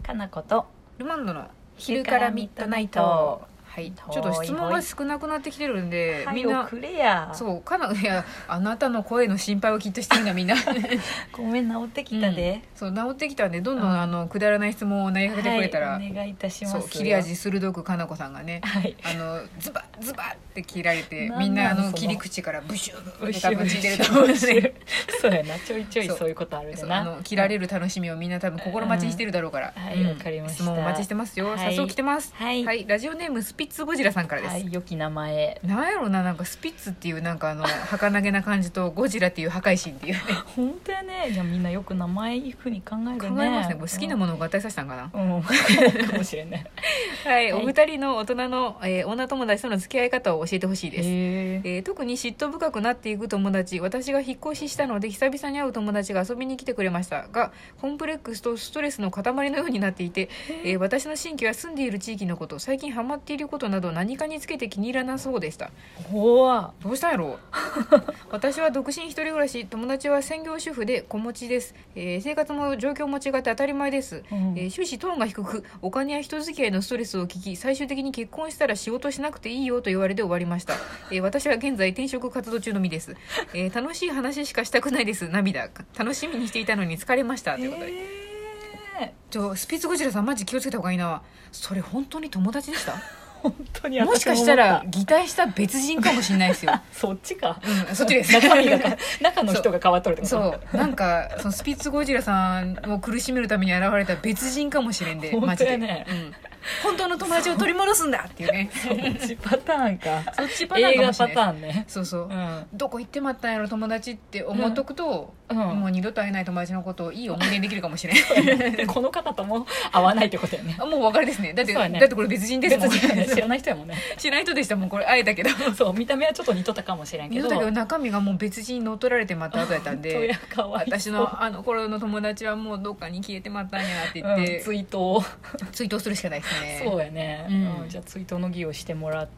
かなことルマンドの昼からミッドナイト。はい、ちょっと質問が少なくなってきてるんで、みんなくれや。 そういやあなたの声の心配をきっとしてるんだみんなごめん治ってきたで、 そう治ってきたんでどんどん、くだらない質問を投げかけてくれたら、 お願いいたします。 そう切れ味鋭くかなこさんがね、ズバズバって切られて、みんな切り口からブシューって多分ついてると思うんですねそうやな、ちょいちょいそういうことあるでな。 切られる楽しみをみんな多分心待ちにしてるだろうから、 はい、わかりました。 質問お待ちしてますよ。早速来てます。はい、ラジオネームスピッツゴジラさんからです。 良き名前。 なんやろな、なんかスピッツっていうなんか儚げな感じとゴジラっていう破壊神っていうね本当やね。いやみんなよく名前いう風に考えるね。 考えますね。これ好きなものを合体させたんかな。 かもしれないはい、お二人の大人の、女友達との付き合い方を教えてほしいです。特に嫉妬深くなっていく友達、私が引っ越ししたので久々に会う友達が遊びに来てくれましたが、コンプレックスとストレスの塊のようになっていて、私の新居や住んでいる地域のこと、最近ハマっていることなど何かにつけて気に入らなそうでした。どうしたんやろう私は独身一人暮らし、友達は専業主婦で子持ちです。生活も状況も違って当たり前です。終始トーンが低く、お金や人付き合いのストレスを聞き、最終的に結婚したら仕事しなくていいよと言われて終わりました。私は現在転職活動中の身です。楽しい話しかしたくないです。涙。楽しみにしていたのに疲れましたということで、スピッツゴジラさんマジ気をつけた方がいいな。それ本当に友達でした本当にもしかしたら擬態した別人かもしれないですよそっちか、 そっちです中の人が変わっとるってこと。 そうなんかそのスピッツゴジラさんを苦しめるために現れた別人かもしれんで、 本当やね、 本当の友達を取り戻すんだっていうねそっちパターンか。 そっちパターンかもしれない。 映画パターンね。 そう、どこ行ってまったんやろ友達って思っとくと、もう二度と会えない友達のことをいい思い出にできるかもしれないでこの方とも会わないってことやね。 もうお別れですね。だってこれ別人ですもんね。 知らない人やもんね。 知らない人でしたもん。これ会えたけどそう見た目はちょっと似とったかもしれんけど、 中身がもう別人に乗っ取られてまった後やったんで私のあの頃の友達はもうどっかに消えてまったんやって言って、 追悼するしかないですね。 そうやね、じゃあ追悼の儀をしてもらって。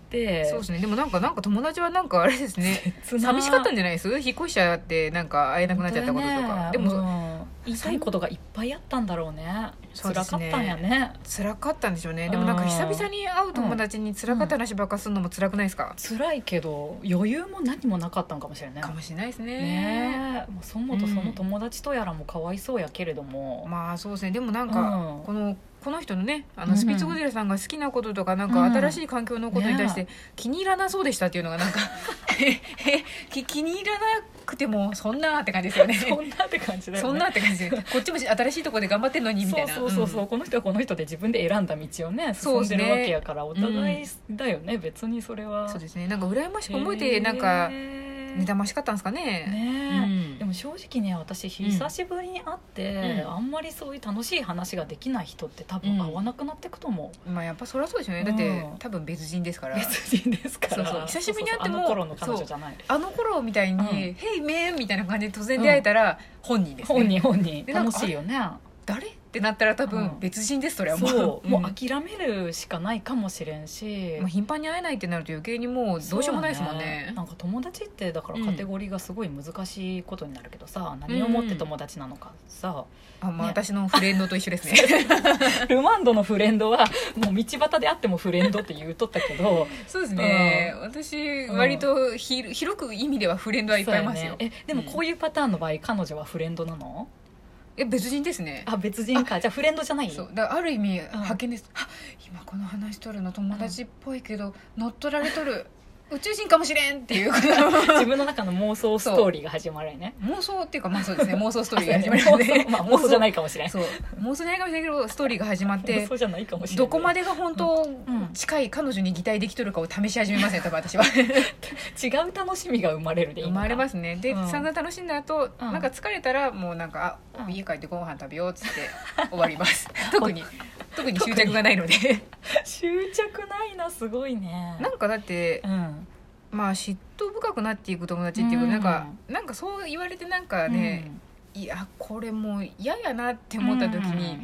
そうですね。でもなんか友達はなんかあれですね寂しかったんじゃないです？引っ越しちゃってなんか会えなくなっちゃったこととか、でも言いたいことがいっぱいあったんだろうね。辛かったんやね。 辛かったんでしょうね。でもなんか久々に会う友達に辛かった話ばっかするのも辛くないですか？ 辛いけど余裕も何もなかったんかもしれない。 かもしれないですね。 そもとその友達とやらもかわいそうやけれども、 まあそうですね。でもなんか、この人のねスピッツゴジラさんが好きなこととかなんか新しい環境のことに対して気に入らなそうでしたっていうのがなんか気に入らなくてもそんなって感じですよね。 そんなって感じだよね。 そんなって感じでこっちも新しいところで頑張ってんのにみたいな。 そう、この人はこの人で自分で選んだ道をね進んでるわけやから、お互いだよね、別にそれは。 そうですね。なんか羨ましく思えてなんか妬ましかったんですかね。 でも正直ね、私久しぶりに会って、あんまりそういう楽しい話ができない人って多分会わなくなっていくと思う。 まあやっぱそりゃそうですよね。だって多分別人ですから。 別人ですから。 久しぶりに会ってもあの頃の彼女じゃない。 あの頃みたいに「ヘイメン」みたいな感じで突然出会えたら本人ですね。 本人楽しいよね。 誰ってなったら多分別人です。それはもう諦めるしかないかもしれんし、 頻繁に会えないってなると余計にもうどうしようもないですもんね。 なんか友達ってだからカテゴリーがすごい難しいことになるけどさ、何をもって友達なのかさ、 私のフレンドと一緒ですねルマンドのフレンドはもう道端で会ってもフレンドって言うとったけどそうですね、私割と広く意味ではフレンドはいっぱいいますよ。 でもこういうパターンの場合彼女はフレンドなの？ 別人ですね。 別人か。じゃあフレンドじゃない。 そうだからある意味派遣です。今この話しとるの友達っぽいけど乗っ取られとる宇宙人かもしれんっていう自分の中の妄想ストーリーが始まるよね。 妄想っていうかまあそうですね、妄想ストーリーが始まるので妄想じゃないかもしれん。 そう妄想じゃないかもしれないけどストーリーが始まって妄想じゃないかもしれん。 どこまでが本当近い彼女に擬態できとるかを試し始めますね多分私は違う楽しみが生まれるでいいのか。 生まれますね。で散々楽しんだ後なんか疲れたらもうなんか家帰ってご飯食べようっつって終わります特に執着がないので執着ないな、すごいね。 なんかだってまあ嫉妬深くなっていく友達っていうか、なんかそう言われてなんかね、いやこれもう嫌やなって思った時に、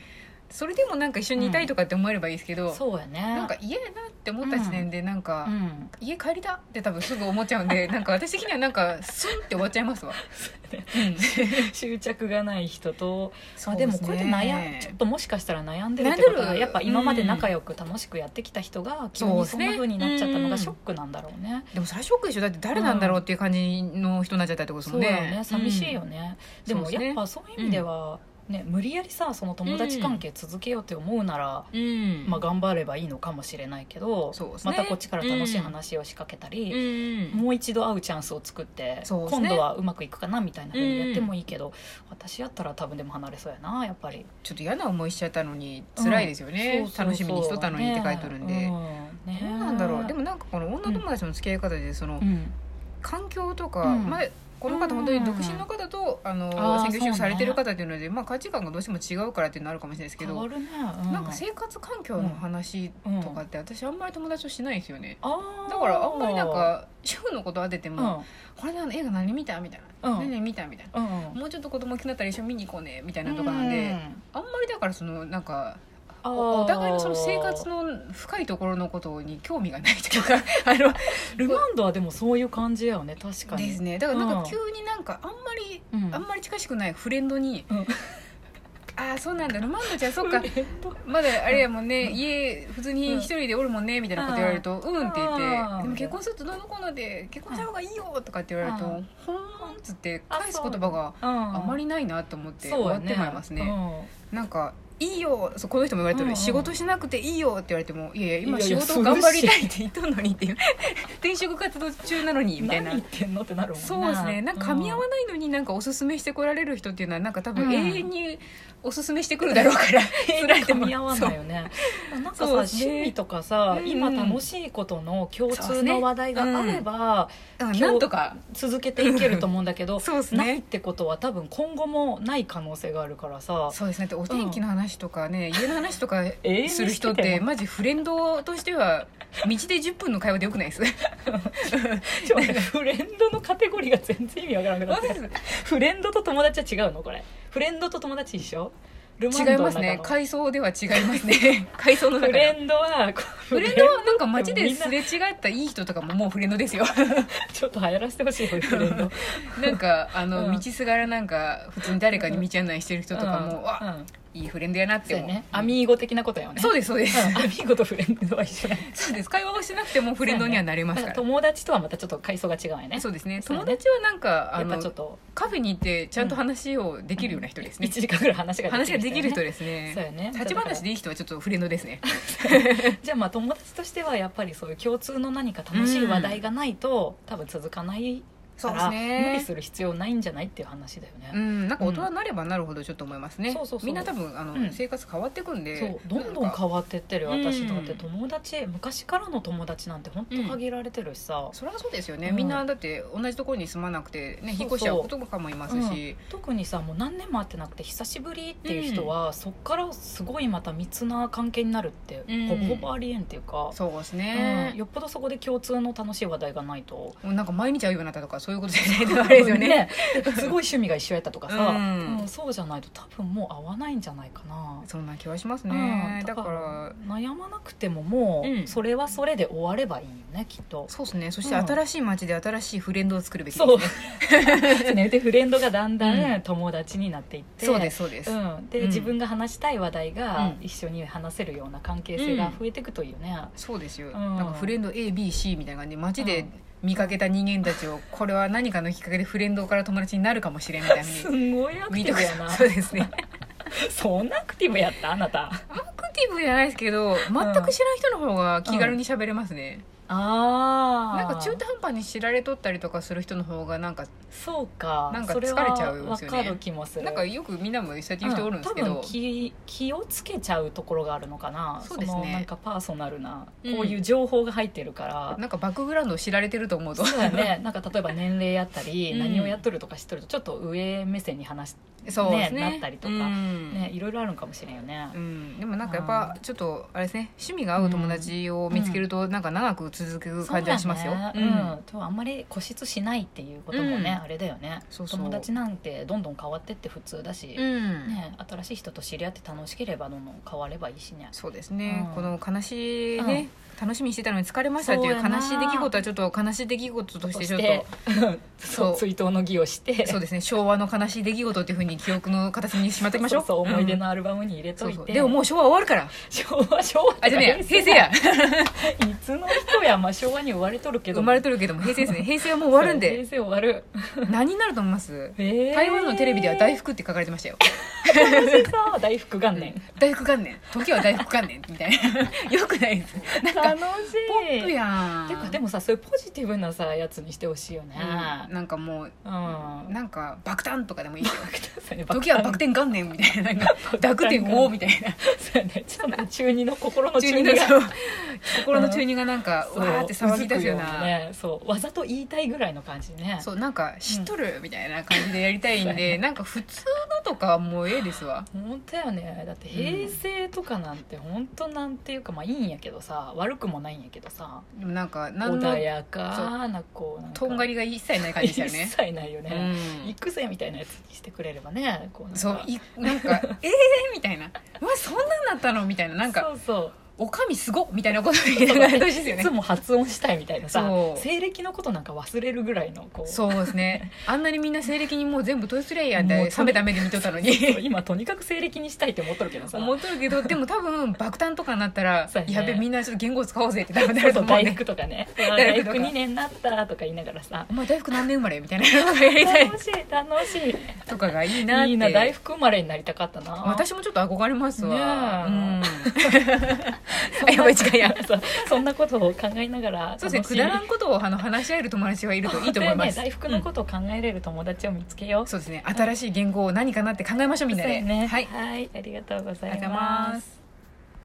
それでもなんか一緒にいたいとかって思えればいいですけど、 そうやね、 なんか嫌やなって思った時点でなんか、家帰りだって多分すぐ思っちゃうんでなんか私的にはなんかスンって終わっちゃいますわ執着がない人と、 そうでもこれでちょっともしかしたら悩んでるってことはやっぱ今まで仲良く楽しくやってきた人が急にそんな風になっちゃったのがショックなんだろうね。 でもそれはショックでしょ。だって誰なんだろうっていう感じの人になっちゃったってことですもんね。 そうだよね、寂しいよね、でもやっぱそういう意味では、無理やりさその友達関係続けようって思うなら、頑張ればいいのかもしれないけど、またこっちから楽しい話を仕掛けたり、もう一度会うチャンスを作って、今度はうまくいくかなみたいな風にやってもいいけど、私やったら多分でも離れそうやな。やっぱりちょっと嫌な思いしちゃったのに辛いですよね、楽しみにしとったのにって書いてるんで、どうなんだろう。でもなんかこの女友達の付き合い方でその、環境とか、この方本当に独身の方と専業主婦されてる方っていうので、価値観がどうしても違うからっていうのあるかもしれないですけど、なんか生活環境の話とかって私あんまり友達としないんですよね。だからあんまりなんか主婦のこと当てても、これ映画何見たみたいな、何見たみたいな、もうちょっと子供大きくなったら一緒に見に行こうねみたいなとかなんで、あんまりだからそのなんかお互いのその生活の深いところのことに興味がないというかルマンドはでもそういう感じやよね。確かにですね。だからなんか急になんかあんまり近しくないフレンドに、ああそうなんだルマンドちゃんそっかまだあれやもんね、家普通に一人でおるもんねみたいなこと言われるとって言って、でも結婚するとどうのこうので結婚した方がいいよとかって言われると、ほーんっつって返す言葉があまりないなと思って終わってまいりますね。なんかいいよ、この人も言われてる、仕事しなくていいよって言われても、いやいや今仕事を頑張りたいって言っとんのにっていう転職活動中なのにみたいな、 何言ってんのってなるもんな。 そうですね。なんか噛み合わないのになんかおすすめしてこられる人っていうのはなんか多分永遠におすすめしてくるだろうから噛み合わないよね。なんかさ、趣味とかさ、今楽しいことの共通の話題があればなんとか続けていけると思うんだけどないってことは多分今後もない可能性があるからさ。 そうですね。お天気の話とかね、家の話とかする人ってマジフレンドとしては道で10分の会話でよくないですフレンドのカテゴリーが全然意味わからなくなってフレンドと友達は違うの？これフレンドと友達一緒？ 違いますね。階層では違いますね階層の中でフレンドはなんか街ですれ違ったいい人とかももうフレンドですよちょっと流行らせてほしいフレンドなんか道すがらなんか普通に誰かに道案内してる人とかも、いいフレンドやなって思う、 アミーゴ的なことやね。 そうですそうです、 アミーゴとフレンドは一緒なんです。 そうです。会話をしなくてもフレンドにはなれますから。 友達とはまたちょっと階層が違うよね。 そうですね。友達はなんかやっぱちょっとカフェに行ってちゃんと話をできるような人ですね。 1時間ぐらい話ができる人ですね。 そうやね。 立ち話でいい人はちょっとフレンドですねじゃあ友達としてはやっぱりそういう共通の何か楽しい話題がないと多分続かないから、無理する必要ないんじゃないっていう話だよね。 なんか大人になればなるほどちょっと思いますね。みんな多分生活変わってくんで、 どんどん変わってってる。私だって友達、昔からの友達なんて本当限られてるしさ、 それはそうですよね。みんなだって同じところに住まなくてね、引っ越しちゃうこととかもいますし、 特にさもう何年も会ってなくて久しぶりっていう人は、そっからすごいまた密な関係になるってほぼほぼありえんっていうか、 そうですね、 よっぽどそこで共通の楽しい話題がないと、 なんか毎日会うようになったとかそういうことじゃないとあれですよねすごい趣味が一緒やったとかさ、そうじゃないと多分もう合わないんじゃないかな。 そんな気はしますね。だから悩まなくてももうそれはそれで終わればいいよね、きっと。 そうですね。そして新しい街で新しいフレンドを作るべきですね。でフレンドがだんだん友達になっていって、 そうですそうです、 で自分が話したい話題が一緒に話せるような関係性が増えていくというね。 そうですよ。なんかフレンド ABC みたいな感じで街で見かけた人間たちを、これは何かのきっかけでフレンドから友達になるかもしれんみたいなすごいアクティブやな。 そうですねそんなアクティブやったあなた。 アクティブじゃないですけど、全く知らん人の方が気軽に喋れますね。なんか中途半端に知られとったりとかする人の方がなんか、 そうか、 なんか疲れちゃうんですよね。 分かる気もする。 なんかよくみんなもそうやって言う人おるんですけど、 多分気をつけちゃうところがあるのかな。 そうですね。 なんかパーソナルなこういう情報が入ってるから、 なんかバックグラウンドを知られてると思うと、 そうだね。なんか例えば年齢やったり、何をやっとるとか知っとるとちょっと上目線に話そうですねなったりとか、ね、いろいろあるかもしれんよね、 でもなんかやっぱちょっとあれですね、趣味が合う友達を見つけるとなんか長く続く感じはしますよ。 とあんまり固執しないっていうこともね、あれだよね。友達なんてどんどん変わってって普通だし、ね、新しい人と知り合って楽しければどんどん変わればいいしね。 そうですね、この悲しいね、楽しみにしてたのに疲れましたっていう悲しい出来事はちょっと悲しい出来事としてちょっとそう追悼の儀をして、 そうですね、昭和の悲しい出来事っていうふうに記憶の形にしまっておきましょう。 そう思い出のアルバムに入れといて、 でももう昭和終わるから。 昭和あ、じゃね、平成やいつの人や、まあ、昭和に生まれとるけども平成ですね。平成はもう終わるんで。 平成終わる。 何になると思います？台湾のテレビでは大福って書かれてましたよ。 大福元年、 大福元年、時は大福元年みたいな。よくないです。なんか楽しいポップやん。 てかでもさ、そういうポジティブなさやつにしてほしいよね、 なんかもう、なんか爆誕とかでもいいですよ。時は爆転元年みたいな、なんか濁点王みたいな。 そうやね、ちょっと中二の心の中二が心の中二がなんかわーって騒ぎ出すような、 そうわざと言いたいぐらいの感じね。 そうなんか知っとるみたいな感じでやりたいんで、なんか普通のとかもうええですわ。 本当よね。だって平成とかなんて本当なんていうか、まあいいんやけどさ、悪くもないんやけどさ、 でもなんか穏やかなこうなんかとんがりが一切ない感じですよね。 一切ないよね。行くぜみたいなやつにしてくれればね、こうなんかそうなんかみたいな、うわそんなんなったのみたいな、なんかそうそうおかみすごっみたいなこと言いながらほしいですよね。 いつも発音したいみたいなさ、西暦のことなんか忘れるぐらいのこう。 そうですね。あんなにみんな西暦にもう全部トイスレイヤーって冷めた目で見とったのに今とにかく西暦にしたいって思っとるけどさ、 思っとるけど、でも多分爆誕とかになったら、 ね、 やべみんなちょっと言語使おうぜって多分なると思うね。 大福とかね、大福2年になったとか言いながらさ、 お前大福何年生まれみたいなのがやりたい。 楽しいとかがいいなって。 いいな、大福生まれになりたかったな。 私もちょっと憧れますわ。 やばい違うやそんなことを考えながら、 そうですね、くだらんことを話し合える友達はいるといいと思います。 大福のことを考えれる友達を見つけよう。 そうですね、新しい言語を何かなって考えましょうみんなで。 はい、ありがとうございます。